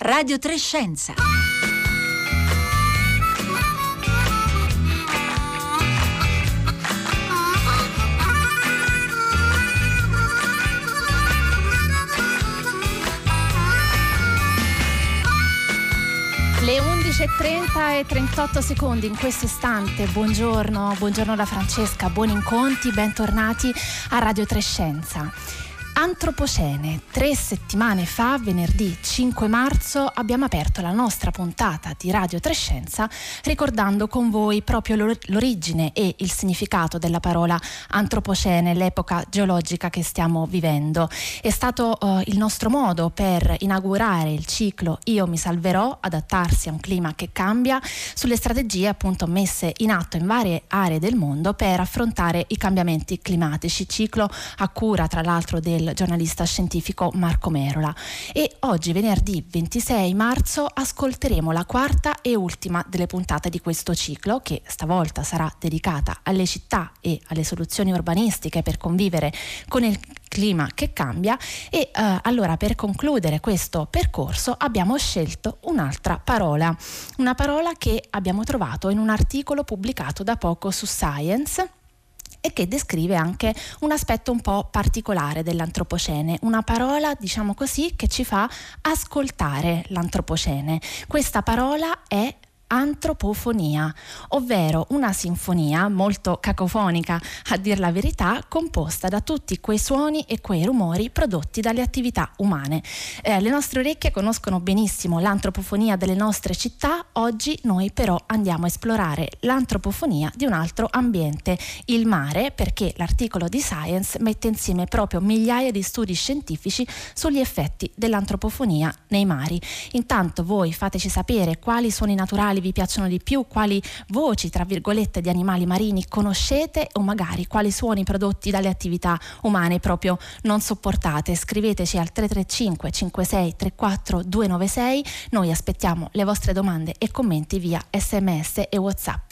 Radio 3 Scienza. Le 11:30 e 38 secondi in questo istante. Buongiorno da Francesca, buoni incontri, bentornati a Radio 3 Scienza. Antropocene. 3 settimane fa, venerdì 5 marzo, abbiamo aperto la nostra puntata di Radio 3 Scienza ricordando con voi proprio l'origine e il significato della parola antropocene, l'epoca geologica che stiamo vivendo. È stato il nostro modo per inaugurare il ciclo Io mi salverò, adattarsi a un clima che cambia, sulle strategie appunto messe in atto in varie aree del mondo per affrontare i cambiamenti climatici, ciclo a cura tra l'altro del giornalista scientifico Marco Merola. E oggi, venerdì 26 marzo, ascolteremo la quarta e ultima delle puntate di questo ciclo, che stavolta sarà dedicata alle città e alle soluzioni urbanistiche per convivere con il clima che cambia. E allora, per concludere questo percorso, abbiamo scelto un'altra parola, una parola che abbiamo trovato in un articolo pubblicato da poco su Science e che descrive anche un aspetto un po' particolare dell'antropocene, una parola, diciamo così, che ci fa ascoltare l'antropocene. Questa parola è antropofonia, ovvero una sinfonia molto cacofonica, a dir la verità, composta da tutti quei suoni e quei rumori prodotti dalle attività umane. Le nostre orecchie conoscono benissimo l'antropofonia delle nostre città. Oggi noi però andiamo a esplorare l'antropofonia di un altro ambiente, il mare, perché l'articolo di Science mette insieme proprio migliaia di studi scientifici sugli effetti dell'antropofonia nei mari. Intanto voi fateci sapere quali suoni naturali vi piacciono di più, quali voci tra virgolette di animali marini conoscete, o magari quali suoni prodotti dalle attività umane proprio non sopportate. Scriveteci al 335 56 34 296. Noi aspettiamo le vostre domande e commenti via SMS e WhatsApp.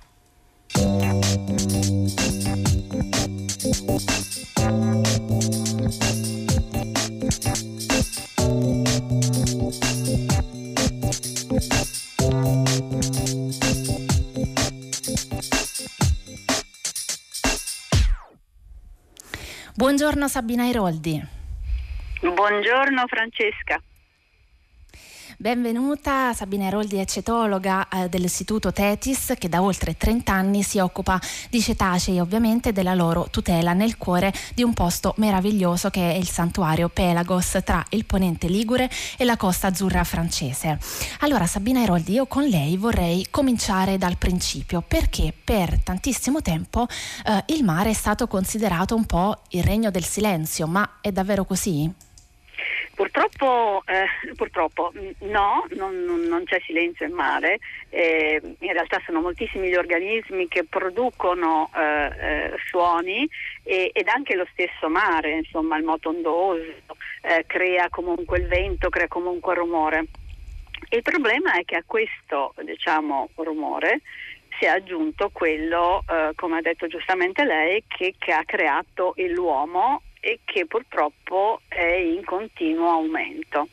Buongiorno Sabina Airoldi. Buongiorno Francesca. Benvenuta. Sabina Airoldi è cetologa dell'Istituto Thetis, che da oltre 30 anni si occupa di cetacei e ovviamente della loro tutela nel cuore di un posto meraviglioso che è il santuario Pelagos tra il Ponente Ligure e la Costa Azzurra francese. Allora Sabina Airoldi, io con lei vorrei cominciare dal principio, perché per tantissimo tempo il mare è stato considerato un po' il regno del silenzio, ma è davvero così? Purtroppo no, non c'è silenzio in mare. In realtà sono moltissimi gli organismi che producono suoni ed anche lo stesso mare, insomma il moto ondoso crea comunque il vento, crea comunque il rumore. Il problema è che a questo, rumore si è aggiunto quello, come ha detto giustamente lei, che ha creato l'uomo e che purtroppo è in continuo aumento.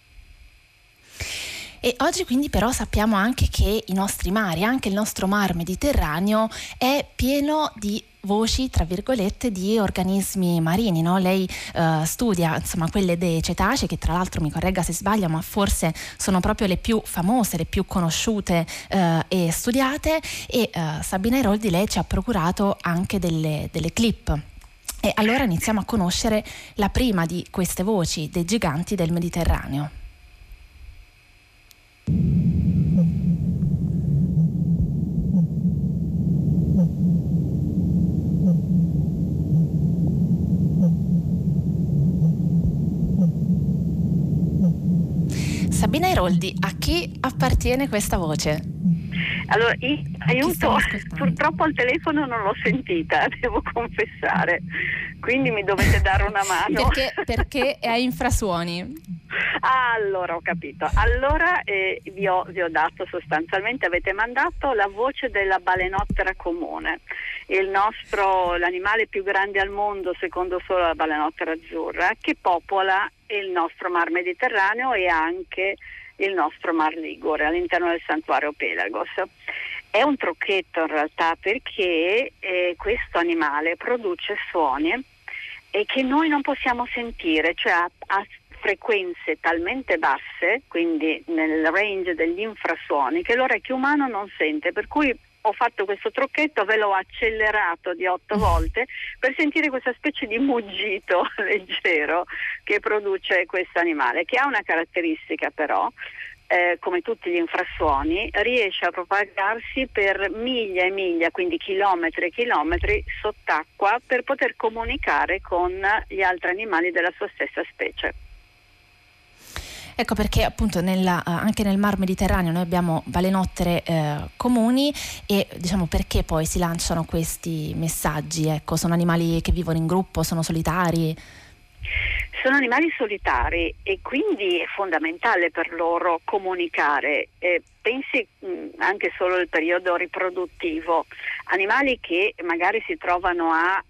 E oggi quindi però sappiamo anche che i nostri mari, anche il nostro mar Mediterraneo, è pieno di voci, tra virgolette, di organismi marini, no? Lei studia insomma quelle dei cetacei, che tra l'altro, mi corregga se sbaglio, ma forse sono proprio le più famose, le più conosciute e studiate. E Sabina Airoldi, lei ci ha procurato anche delle clip. E allora iniziamo a conoscere la prima di queste voci dei giganti del Mediterraneo. Sabina Airoldi, a chi appartiene questa voce? Allora, aiuto, purtroppo al telefono non l'ho sentita, devo confessare, quindi mi dovete dare una mano. Perché è a infrasuoni. Allora, ho capito. Allora vi ho dato sostanzialmente, avete mandato la voce della balenottera comune, l'animale più grande al mondo, secondo solo la balenottera azzurra, che popola il nostro mar Mediterraneo e anche il nostro Mar Ligure all'interno del santuario Pelagos. È un trucchetto in realtà, perché questo animale produce suoni che noi non possiamo sentire, cioè a frequenze talmente basse, quindi nel range degli infrasuoni, che l'orecchio umano non sente, per cui ho fatto questo trucchetto, ve l'ho accelerato di 8 volte per sentire questa specie di muggito leggero che produce questo animale, che ha una caratteristica però, come tutti gli infrasuoni, riesce a propagarsi per miglia e miglia, quindi chilometri e chilometri sott'acqua, per poter comunicare con gli altri animali della sua stessa specie. Ecco perché appunto anche nel Mar Mediterraneo noi abbiamo balenottere comuni, e diciamo perché poi si lanciano questi messaggi? Ecco, sono animali che vivono in gruppo, sono solitari? Sono animali solitari e quindi è fondamentale per loro comunicare. Pensi anche solo al periodo riproduttivo, animali che magari si trovano a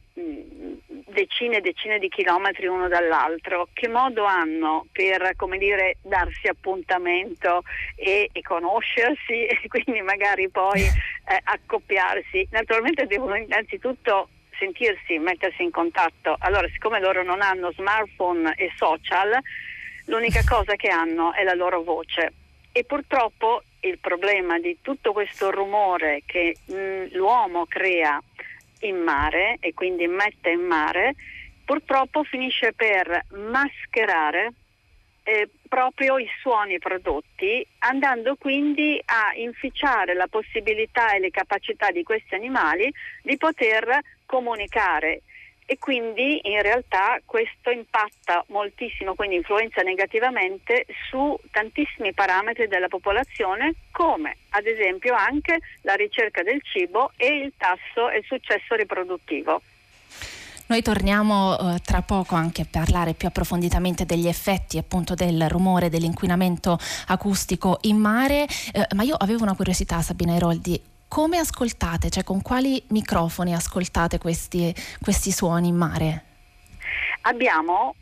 decine e decine di chilometri uno dall'altro, che modo hanno per, come dire, darsi appuntamento e conoscersi e quindi magari poi accoppiarsi? Naturalmente devono innanzitutto sentirsi, mettersi in contatto. Allora, siccome loro non hanno smartphone e social, l'unica cosa che hanno è la loro voce, e purtroppo il problema di tutto questo rumore che l'uomo crea in mare e quindi mette in mare, purtroppo finisce per mascherare proprio i suoni prodotti, andando quindi a inficiare la possibilità e le capacità di questi animali di poter comunicare, e quindi in realtà questo impatta moltissimo, quindi influenza negativamente su tantissimi parametri della popolazione, come ad esempio anche la ricerca del cibo e il tasso e il successo riproduttivo. Noi torniamo tra poco anche a parlare più approfonditamente degli effetti appunto del rumore, dell'inquinamento acustico in mare, ma io avevo una curiosità, Sabina Airoldi: come ascoltate, cioè con quali microfoni ascoltate questi suoni in mare? Abbiamo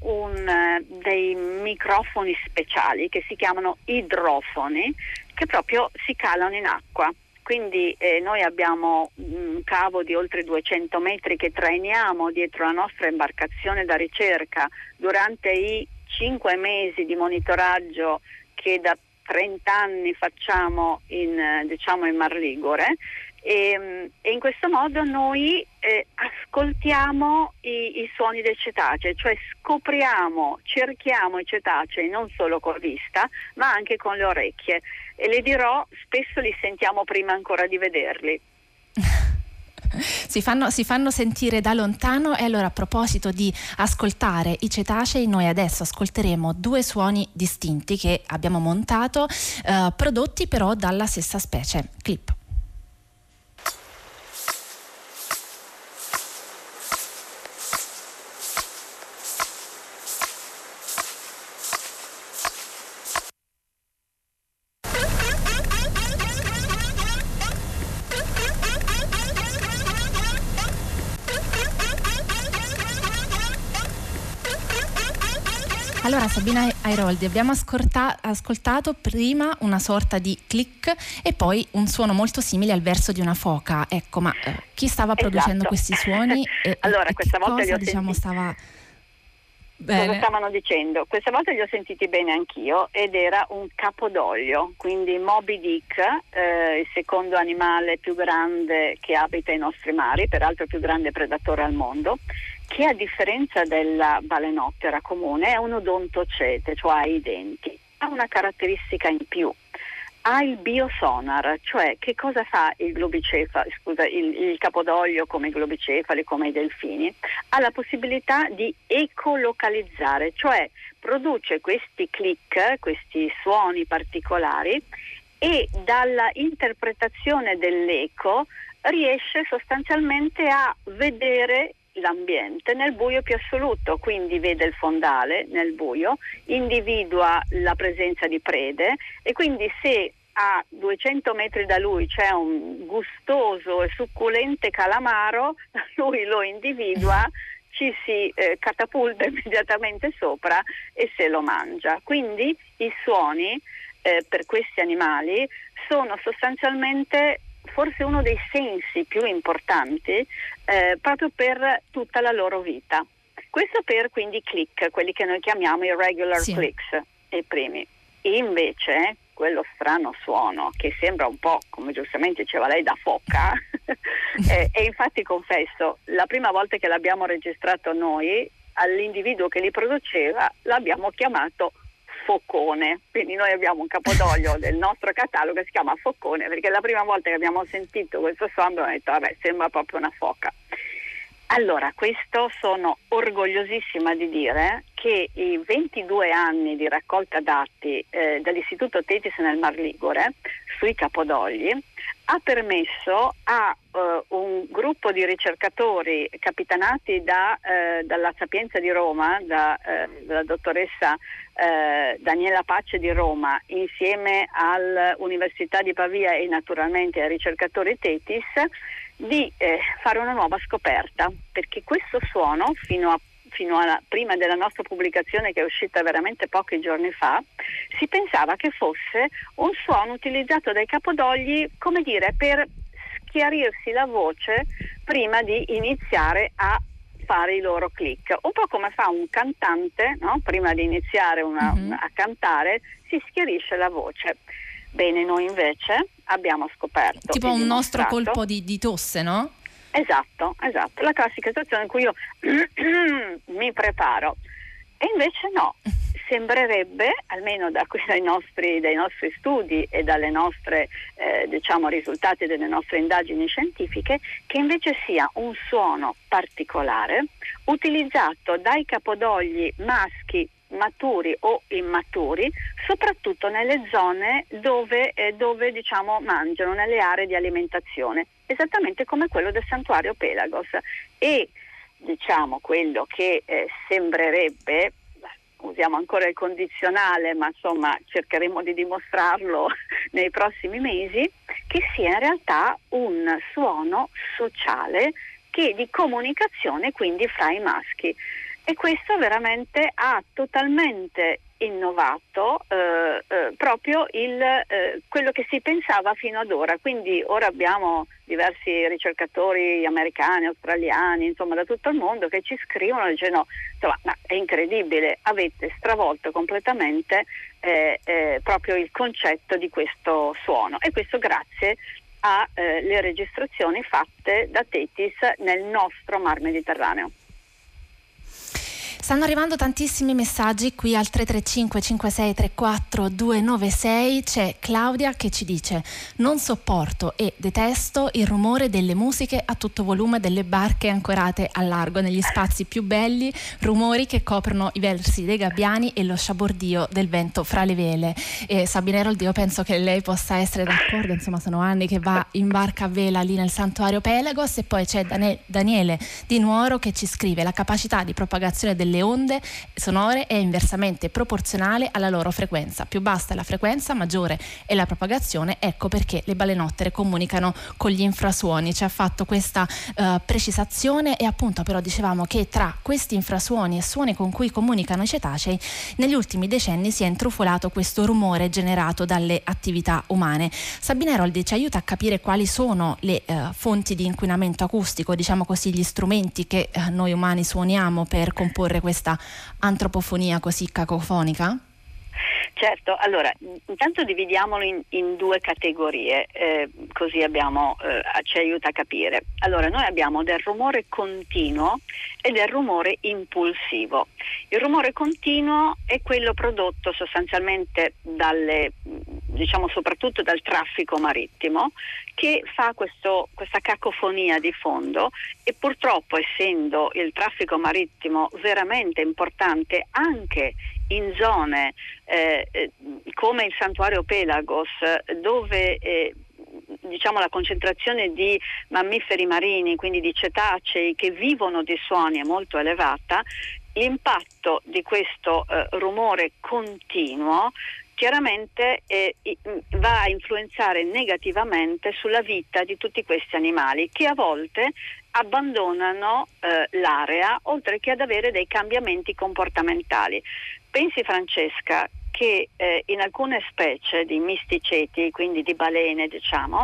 dei microfoni speciali che si chiamano idrofoni, che proprio si calano in acqua. Quindi noi abbiamo un cavo di oltre 200 metri che trainiamo dietro la nostra imbarcazione da ricerca durante i 5 mesi di monitoraggio che da 30 anni facciamo in Mar Ligure, e in questo modo noi ascoltiamo i suoni dei cetacei, cioè cerchiamo i cetacei non solo con vista ma anche con le orecchie, e le dirò, spesso li sentiamo prima ancora di vederli. Si fanno sentire da lontano. E allora, a proposito di ascoltare i cetacei, noi adesso ascolteremo 2 suoni distinti che abbiamo montato, prodotti però dalla stessa specie. Clip. Allora, Sabina Airoldi, abbiamo ascoltato prima una sorta di click e poi un suono molto simile al verso di una foca. Ecco, ma chi stava producendo questi suoni? Allora, questa volta cosa, li ho stava bene? Cosa stavano dicendo? Questa volta li ho sentiti bene anch'io, ed era un capodoglio, quindi Moby Dick, il secondo animale più grande che abita i nostri mari, peraltro il più grande predatore al mondo, che a differenza della balenottera comune è un odontocete, cioè ha i denti. Ha una caratteristica in più: ha il biosonar, cioè che cosa fa il capodoglio, come i globicefali, come i delfini? Ha la possibilità di ecolocalizzare, cioè produce questi click, questi suoni particolari, e dalla interpretazione dell'eco riesce sostanzialmente a vedere l'ambiente nel buio più assoluto, quindi vede il fondale nel buio, individua la presenza di prede, e quindi se a 200 metri da lui c'è un gustoso e succulente calamaro, lui lo individua, ci si catapulta immediatamente sopra e se lo mangia. Quindi i suoni per questi animali sono sostanzialmente forse uno dei sensi più importanti proprio per tutta la loro vita. Questo per quindi click, quelli che noi chiamiamo i regular clicks, i primi. Invece quello strano suono che sembra un po', come giustamente diceva lei, da foca e infatti confesso, la prima volta che l'abbiamo registrato noi, all'individuo che li produceva l'abbiamo chiamato Focone, quindi noi abbiamo un capodoglio del nostro catalogo che si chiama Focone, perché la prima volta che abbiamo sentito questo suono abbiamo detto vabbè, sembra proprio una foca. Allora, questo sono orgogliosissima di dire che i 22 anni di raccolta dati dall'Istituto Tetis nel Mar Ligure sui capodogli ha permesso a un gruppo di ricercatori capitanati dalla Sapienza di Roma, dalla dottoressa Daniela Pace di Roma, insieme all'Università di Pavia e naturalmente ai ricercatori Tetis, di fare una nuova scoperta, perché questo suono fino a prima della nostra pubblicazione, che è uscita veramente pochi giorni fa, si pensava che fosse un suono utilizzato dai capodogli, come dire, per schiarirsi la voce prima di iniziare a fare i loro click, un po' come fa un cantante, no? Prima di iniziare a cantare si schiarisce la voce. Bene, noi invece abbiamo scoperto, tipo un nostro colpo di tosse, no? Esatto, la classica situazione in cui io mi preparo e invece no, sembrerebbe, almeno dai nostri studi e dalle nostre risultati delle nostre indagini scientifiche, che invece sia un suono particolare utilizzato dai capodogli maschi maturi o immaturi, soprattutto nelle zone dove mangiano, nelle aree di alimentazione, esattamente come quello del santuario Pelagos. E quello che sembrerebbe, usiamo ancora il condizionale, ma insomma cercheremo di dimostrarlo nei prossimi mesi, che sia in realtà un suono sociale di comunicazione quindi fra i maschi. E questo veramente ha totalmente innovato proprio quello che si pensava fino ad ora. Quindi ora abbiamo diversi ricercatori americani, australiani, insomma da tutto il mondo, che ci scrivono e dicono insomma, ma è incredibile, avete stravolto completamente proprio il concetto di questo suono, e questo grazie alle registrazioni fatte da Tetis nel nostro Mar Mediterraneo. Stanno arrivando tantissimi messaggi qui al 335 5634 296. C'è Claudia che ci dice: non sopporto e detesto il rumore delle musiche a tutto volume delle barche ancorate al largo negli spazi più belli, rumori che coprono i versi dei gabbiani e lo sciabordio del vento fra le vele. E Sabina Eroldi, io penso che lei possa essere d'accordo, insomma sono anni che va in barca a vela lì nel santuario Pelagos. E poi c'è Daniele di Nuoro che ci scrive: la capacità di propagazione delle onde sonore è inversamente proporzionale alla loro frequenza. Più bassa è la frequenza, maggiore è la propagazione. Ecco perché le balenottere comunicano con gli infrasuoni. Ci ha fatto questa precisazione. E appunto però dicevamo che tra questi infrasuoni e suoni con cui comunicano i cetacei, negli ultimi decenni si è intrufolato questo rumore generato dalle attività umane. Sabina Eroldi ci aiuta a capire quali sono le fonti di inquinamento acustico, diciamo così, gli strumenti che noi umani suoniamo per comporre questa antropofonia così cacofonica? Certo, allora intanto dividiamolo in due categorie, così ci aiuta a capire. Allora, noi abbiamo del rumore continuo e del rumore impulsivo. Il rumore continuo è quello prodotto sostanzialmente soprattutto dal traffico marittimo, che fa questa cacofonia di fondo, e purtroppo, essendo il traffico marittimo veramente importante anche in zone come il santuario Pelagos, dove la concentrazione di mammiferi marini, quindi di cetacei che vivono di suoni, è molto elevata, l'impatto di questo rumore continuo chiaramente va a influenzare negativamente sulla vita di tutti questi animali, che a volte abbandonano l'area, oltre che ad avere dei cambiamenti comportamentali. Pensi, Francesca, che in alcune specie di misticeti, quindi di balene, diciamo,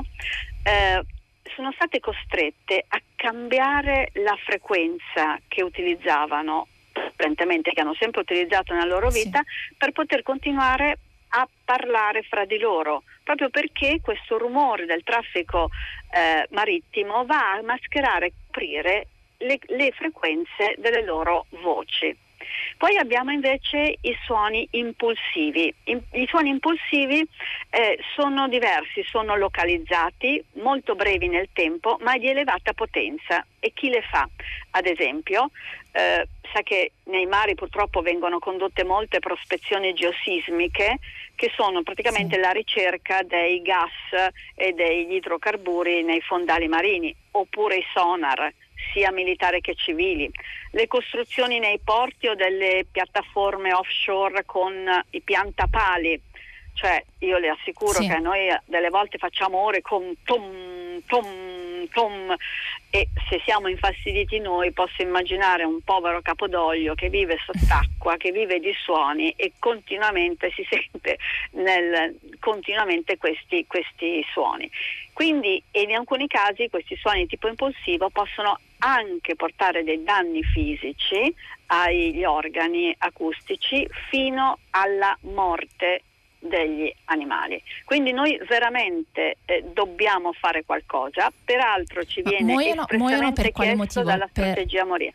sono state costrette a cambiare la frequenza che utilizzavano, apparentemente che hanno sempre utilizzato nella loro vita, per poter continuare a parlare fra di loro, proprio perché questo rumore del traffico marittimo va a mascherare e coprire le frequenze delle loro voci. Poi abbiamo invece i suoni impulsivi. I suoni impulsivi sono diversi, sono localizzati, molto brevi nel tempo, ma di elevata potenza. E chi le fa? Ad esempio, sa che nei mari purtroppo vengono condotte molte prospezioni geosismiche, che sono praticamente la ricerca dei gas e degli idrocarburi nei fondali marini, oppure i sonar, sia militari che civili, le costruzioni nei porti o delle piattaforme offshore con i piantapali, cioè io le assicuro che noi delle volte facciamo ore con tom tom tom, e se siamo infastiditi noi posso immaginare un povero capodoglio che vive sott'acqua, che vive di suoni e continuamente si sente continuamente questi suoni. Quindi in alcuni casi questi suoni tipo impulsivo possono anche portare dei danni fisici agli organi acustici fino alla morte degli animali. Quindi noi veramente dobbiamo fare qualcosa. Peraltro ci viene muoiono per quale motivo? Dalla strategia Moria.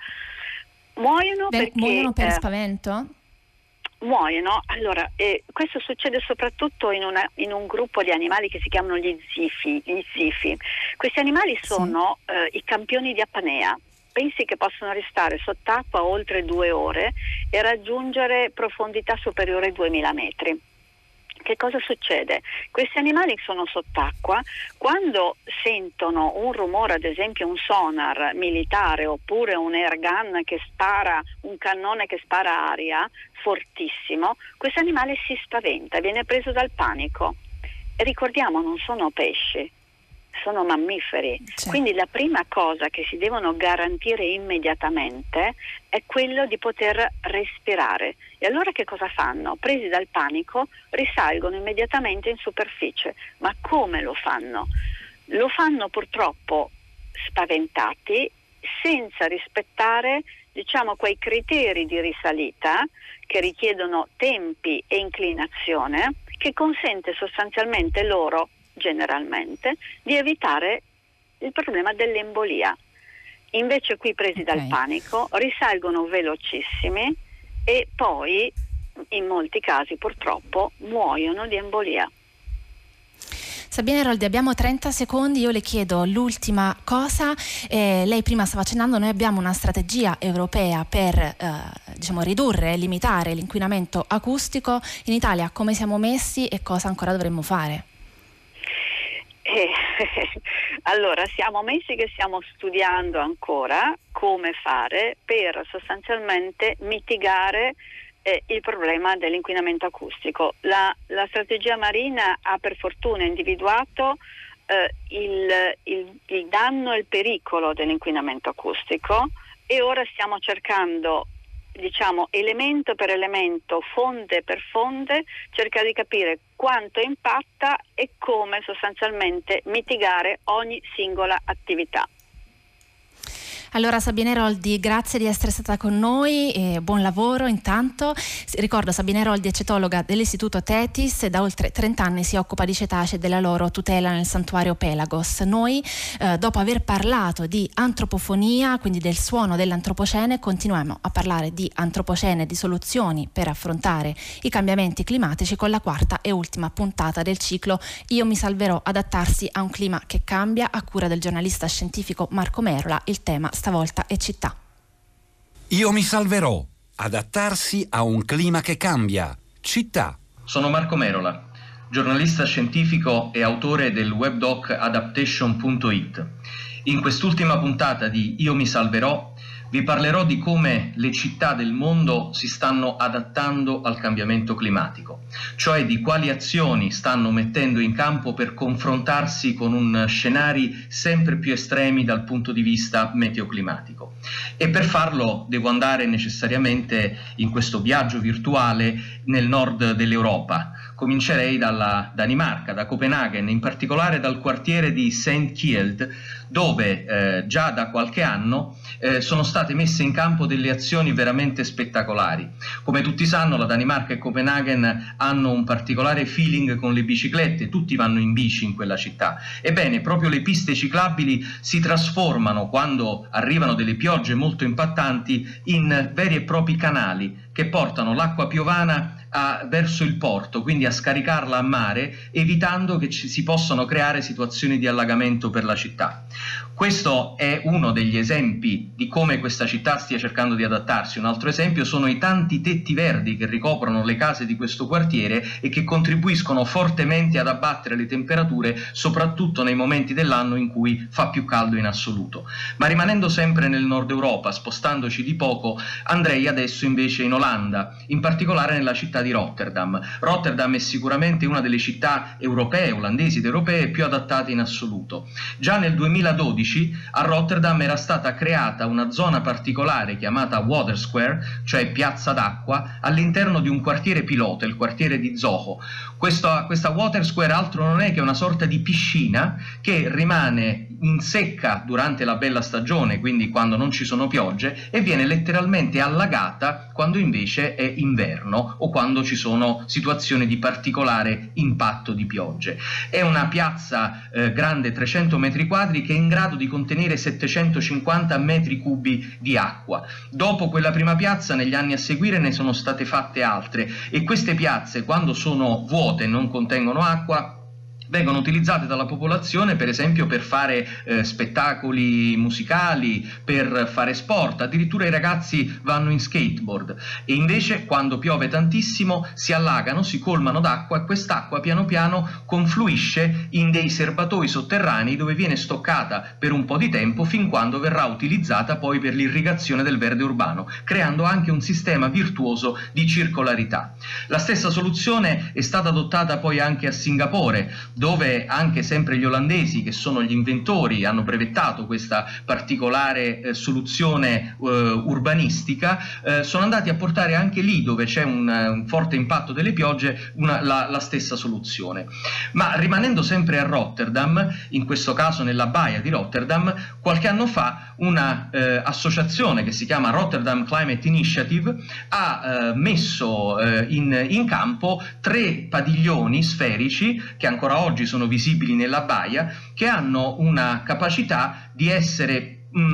Muoiono per spavento? Muoiono, allora, questo succede soprattutto in un gruppo di animali che si chiamano gli zifi. Questi animali sono i campioni di apnea. Pensi che possono restare sott'acqua oltre 2 ore e raggiungere profondità superiori ai 2000 metri. Che cosa succede? Questi animali sono sott'acqua, quando sentono un rumore, ad esempio un sonar militare oppure un airgun che spara, un cannone che spara aria fortissimo, questo animale si spaventa, viene preso dal panico. E ricordiamo, non sono pesci, sono mammiferi. Quindi la prima cosa che si devono garantire immediatamente è quello di poter respirare. E allora che cosa fanno? Presi dal panico risalgono immediatamente in superficie. Ma come lo fanno? Lo fanno purtroppo spaventati, senza rispettare, diciamo, quei criteri di risalita che richiedono tempi e inclinazione, che consente sostanzialmente loro, generalmente, di evitare il problema dell'embolia. Invece qui presi dal panico risalgono velocissimi e poi in molti casi purtroppo muoiono di embolia. Sabina Eroldi, abbiamo 30 secondi, io le chiedo l'ultima cosa. Lei prima stava accennando, noi abbiamo una strategia europea per ridurre e limitare l'inquinamento acustico. In Italia come siamo messi e cosa ancora dovremmo fare? Allora, siamo messi che stiamo studiando ancora come fare per sostanzialmente mitigare il problema dell'inquinamento acustico. La strategia marina ha per fortuna individuato il danno e il pericolo dell'inquinamento acustico e ora stiamo cercando, diciamo, elemento per elemento, fonte per fonte, cercare di capire quanto impatta e come sostanzialmente mitigare ogni singola attività. Allora Sabina Eroldi, grazie di essere stata con noi e buon lavoro intanto. Ricordo, Sabina Eroldi è cetologa dell'Istituto Thetis e da oltre 30 anni si occupa di cetacei e della loro tutela nel santuario Pelagos. Noi, dopo aver parlato di antropofonia, quindi del suono dell'antropocene, continuiamo a parlare di antropocene e di soluzioni per affrontare i cambiamenti climatici con la quarta e ultima puntata del ciclo Io mi salverò, adattarsi a un clima che cambia, a cura del giornalista scientifico Marco Merola. Il tema stavolta è città. Io mi salverò, adattarsi a un clima che cambia, città. Sono Marco Merola, giornalista scientifico e autore del webdoc adaptation.it. In quest'ultima puntata di Io mi salverò vi parlerò di come le città del mondo si stanno adattando al cambiamento climatico, cioè di quali azioni stanno mettendo in campo per confrontarsi con scenari sempre più estremi dal punto di vista meteoclimatico. E per farlo devo andare necessariamente in questo viaggio virtuale nel nord dell'Europa. Comincerei dalla Danimarca, da Copenaghen, in particolare dal quartiere di St. Kjeld, dove già da qualche anno sono state messe in campo delle azioni veramente spettacolari. Come tutti sanno, la Danimarca e Copenaghen hanno un particolare feeling con le biciclette, tutti vanno in bici in quella città. Ebbene, proprio le piste ciclabili si trasformano, quando arrivano delle piogge molto impattanti, in veri e propri canali che portano l'acqua piovana verso il porto, quindi a scaricarla a mare, evitando che si possano creare situazioni di allagamento per la città. Questo è uno degli esempi di come questa città stia cercando di adattarsi. Un altro esempio sono i tanti tetti verdi che ricoprono le case di questo quartiere e che contribuiscono fortemente ad abbattere le temperature, soprattutto nei momenti dell'anno in cui fa più caldo in assoluto. Ma rimanendo sempre nel nord Europa, spostandoci di poco, andrei adesso invece in Olanda, in particolare nella città di Rotterdam. Rotterdam è sicuramente una delle città europee, olandesi ed europee, più adattate in assoluto. Già nel 2012 a Rotterdam era stata creata una zona particolare chiamata Water Square, cioè piazza d'acqua, all'interno di un quartiere pilota, il quartiere di Soho. Questa Water Square altro non è che una sorta di piscina che rimane in secca durante la bella stagione, quindi quando non ci sono piogge, e viene letteralmente allagata quando invece è inverno o quando ci sono situazioni di particolare impatto di piogge. È una piazza grande 300 metri quadri che è in grado di contenere 750 metri cubi di acqua. Dopo quella prima piazza, negli anni a seguire ne sono state fatte altre, e queste piazze, quando sono vuote e non contengono acqua, vengono utilizzate dalla popolazione per esempio per fare spettacoli musicali, per fare sport, addirittura i ragazzi vanno in skateboard, e invece quando piove tantissimo si allagano, si colmano d'acqua, e quest'acqua piano piano confluisce in dei serbatoi sotterranei dove viene stoccata per un po' di tempo, fin quando verrà utilizzata poi per l'irrigazione del verde urbano, creando anche un sistema virtuoso di circolarità. La stessa soluzione è stata adottata poi anche a Singapore, dove anche sempre gli olandesi, che sono gli inventori, hanno brevettato questa particolare soluzione urbanistica. Sono andati a portare anche lì, dove c'è un forte impatto delle piogge, la stessa soluzione. Ma rimanendo sempre a Rotterdam, in questo caso nella baia di Rotterdam, qualche anno fa una associazione che si chiama Rotterdam Climate Initiative ha messo in campo 3 padiglioni sferici che ancora oggi sono visibili nella baia, che hanno una capacità di essere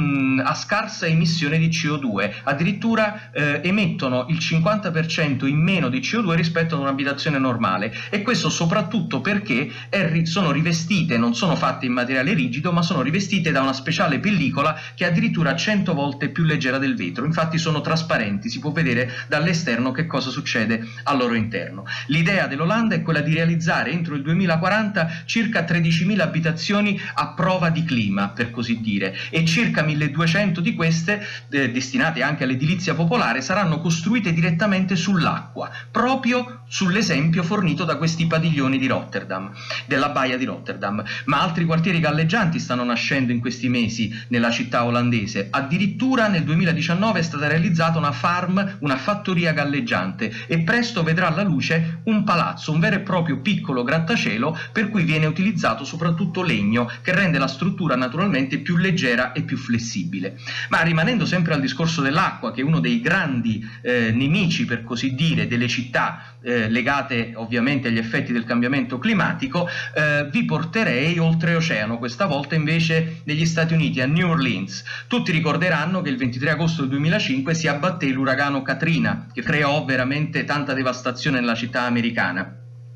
a scarsa emissione di CO2, addirittura emettono il 50% in meno di CO2 rispetto ad un'abitazione normale, e questo soprattutto perché sono rivestite, non sono fatte in materiale rigido, ma sono rivestite da una speciale pellicola che è addirittura 100 volte più leggera del vetro. Infatti sono trasparenti, si può vedere dall'esterno che cosa succede al loro interno. L'idea dell'Olanda è quella di realizzare entro il 2040 circa 13.000 abitazioni a prova di clima, per così dire, e circa 1.200 di queste, destinate anche all'edilizia popolare, saranno costruite direttamente sull'acqua, proprio sull'esempio fornito da questi padiglioni di Rotterdam, della baia di Rotterdam. Ma altri quartieri galleggianti stanno nascendo in questi mesi nella città olandese. Addirittura nel 2019 è stata realizzata una farm, una fattoria galleggiante, e presto vedrà alla luce un palazzo, un vero e proprio piccolo grattacielo, per cui viene utilizzato soprattutto legno, che rende la struttura naturalmente più leggera e più flessibile. Ma rimanendo sempre al discorso dell'acqua, che è uno dei grandi nemici, per così dire, delle città legate ovviamente agli effetti del cambiamento climatico, vi porterei oltreoceano, questa volta invece negli Stati Uniti, a New Orleans. Tutti ricorderanno che il 23 agosto del 2005 si abbatté l'uragano Katrina, che creò veramente tanta devastazione nella città americana.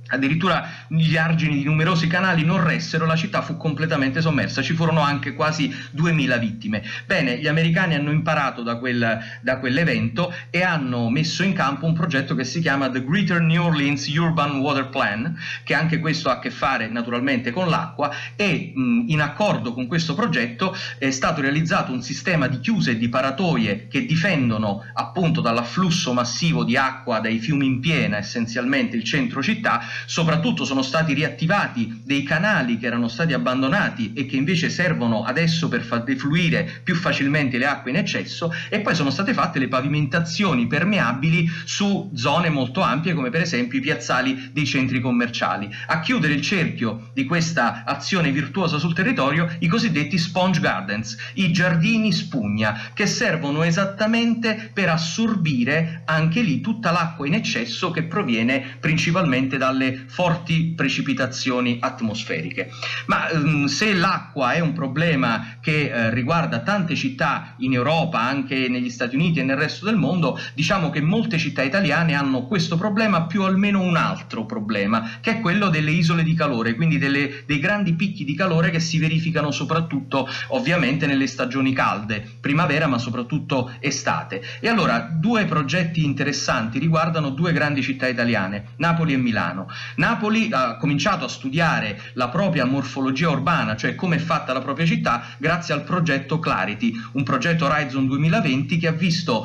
addirittura gli argini di numerosi canali non ressero, la città fu completamente sommersa, ci furono anche quasi 2000 vittime. Bene, gli americani hanno imparato da quell'evento e hanno messo in campo un progetto che si chiama The Greater New Orleans Urban Water Plan, che anche questo ha a che fare naturalmente con l'acqua, e in accordo con questo progetto è stato realizzato un sistema di chiuse e di paratoie che difendono appunto dall'afflusso massivo di acqua dai fiumi in piena, essenzialmente il centro città. Soprattutto sono stati riattivati dei canali che erano stati abbandonati e che invece servono adesso per far defluire più facilmente le acque in eccesso, e poi sono state fatte le pavimentazioni permeabili su zone molto ampie come per esempio i piazzali dei centri commerciali. A chiudere il cerchio di questa azione virtuosa sul territorio, i cosiddetti sponge gardens, i giardini spugna, che servono esattamente per assorbire anche lì tutta l'acqua in eccesso che proviene principalmente dalle forti precipitazioni atmosferiche. Ma se l'acqua è un problema che riguarda tante città in Europa, anche negli Stati Uniti e nel resto del mondo, diciamo che molte città italiane hanno questo problema più almeno un altro problema, che è quello delle isole di calore, quindi dei grandi picchi di calore che si verificano soprattutto ovviamente nelle stagioni calde, primavera ma soprattutto estate. E allora due progetti interessanti riguardano due grandi città italiane, Napoli e Milano. Napoli ha cominciato a studiare la propria morfologia urbana, cioè come è fatta la propria città, grazie al progetto Clarity, un progetto Horizon 2020 che ha visto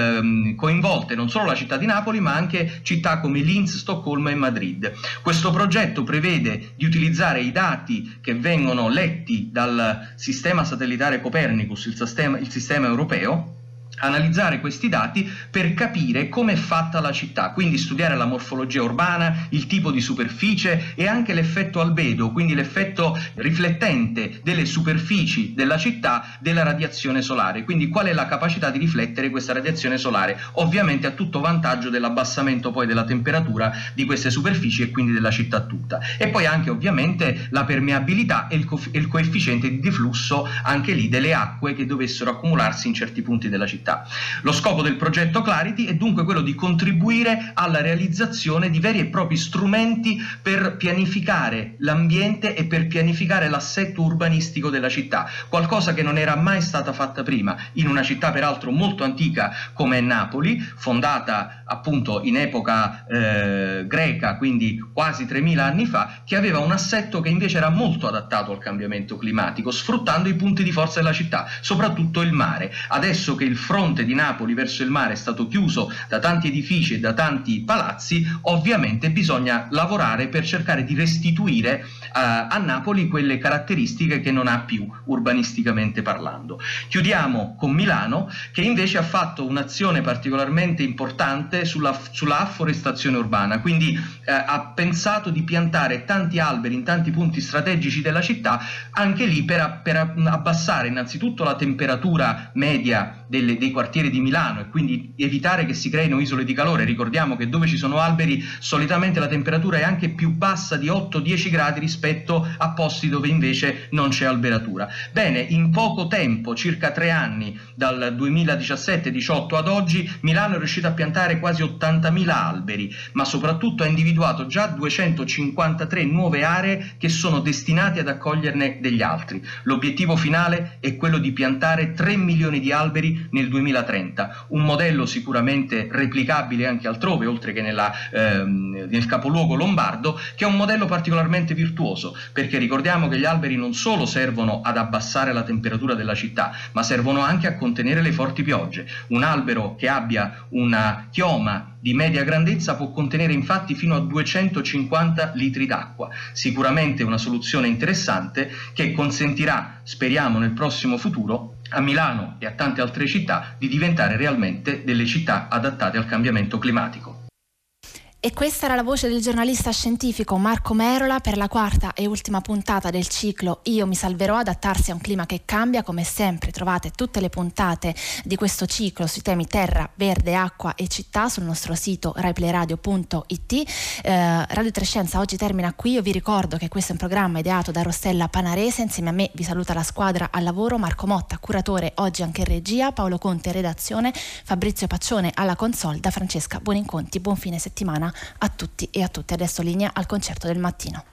coinvolte non solo la città di Napoli ma anche città come Linz, Stoccolma e Madrid. Questo progetto prevede di utilizzare i dati che vengono letti dal sistema satellitare Copernicus, il sistema europeo, analizzare questi dati per capire come è fatta la città, quindi studiare la morfologia urbana, il tipo di superficie e anche l'effetto albedo, quindi l'effetto riflettente delle superfici della città della radiazione solare, quindi qual è la capacità di riflettere questa radiazione solare, ovviamente a tutto vantaggio dell'abbassamento poi della temperatura di queste superfici e quindi della città tutta. E poi anche ovviamente la permeabilità e il coefficiente di deflusso anche lì delle acque che dovessero accumularsi in certi punti della città. Lo scopo del progetto Clarity è dunque quello di contribuire alla realizzazione di veri e propri strumenti per pianificare l'ambiente e per pianificare l'assetto urbanistico della città, qualcosa che non era mai stata fatta prima in una città peraltro molto antica come è Napoli, fondata appunto in epoca greca, quindi quasi 3000 anni fa, che aveva un assetto che invece era molto adattato al cambiamento climatico, sfruttando i punti di forza della città, soprattutto il mare. Adesso che il fronte di Napoli verso il mare è stato chiuso da tanti edifici e da tanti palazzi, ovviamente bisogna lavorare per cercare di restituire a Napoli quelle caratteristiche che non ha più urbanisticamente parlando. Chiudiamo con Milano, che invece ha fatto un'azione particolarmente importante sulla afforestazione urbana, quindi ha pensato di piantare tanti alberi in tanti punti strategici della città, anche lì per abbassare innanzitutto la temperatura media dei quartieri di Milano e quindi evitare che si creino isole di calore. Ricordiamo che dove ci sono alberi solitamente la temperatura è anche più bassa di 8-10 gradi rispetto a posti dove invece non c'è alberatura. Bene, in poco tempo, circa 3 anni, dal 2017-18 ad oggi, Milano è riuscita a piantare quasi 80.000 alberi, ma soprattutto ha individuato già 253 nuove aree che sono destinate ad accoglierne degli altri. L'obiettivo finale è quello di piantare 3 milioni di alberi nel 2030, un modello sicuramente replicabile anche altrove, oltre che nel capoluogo lombardo, che è un modello particolarmente virtuoso, perché ricordiamo che gli alberi non solo servono ad abbassare la temperatura della città, ma servono anche a contenere le forti piogge. Un albero che abbia una chioma di media grandezza può contenere infatti fino a 250 litri d'acqua. Sicuramente una soluzione interessante che consentirà, speriamo nel prossimo futuro, a Milano e a tante altre città di diventare realmente delle città adattate al cambiamento climatico. E questa era la voce del giornalista scientifico Marco Merola per la quarta e ultima puntata del ciclo Io mi salverò, adattarsi a un clima che cambia. Come sempre trovate tutte le puntate di questo ciclo sui temi terra, verde, acqua e città sul nostro sito raiplayradio.it. Radio Trescenza oggi termina qui. Io vi ricordo che questo è un programma ideato da Rossella Panarese. Insieme a me vi saluta la squadra al lavoro: Marco Motta, curatore oggi anche in regia, Paolo Conte redazione, Fabrizio Paccione alla console. Da Francesca Buoninconti, buon fine settimana. a tutti e a tutte. Adesso linea al concerto del mattino.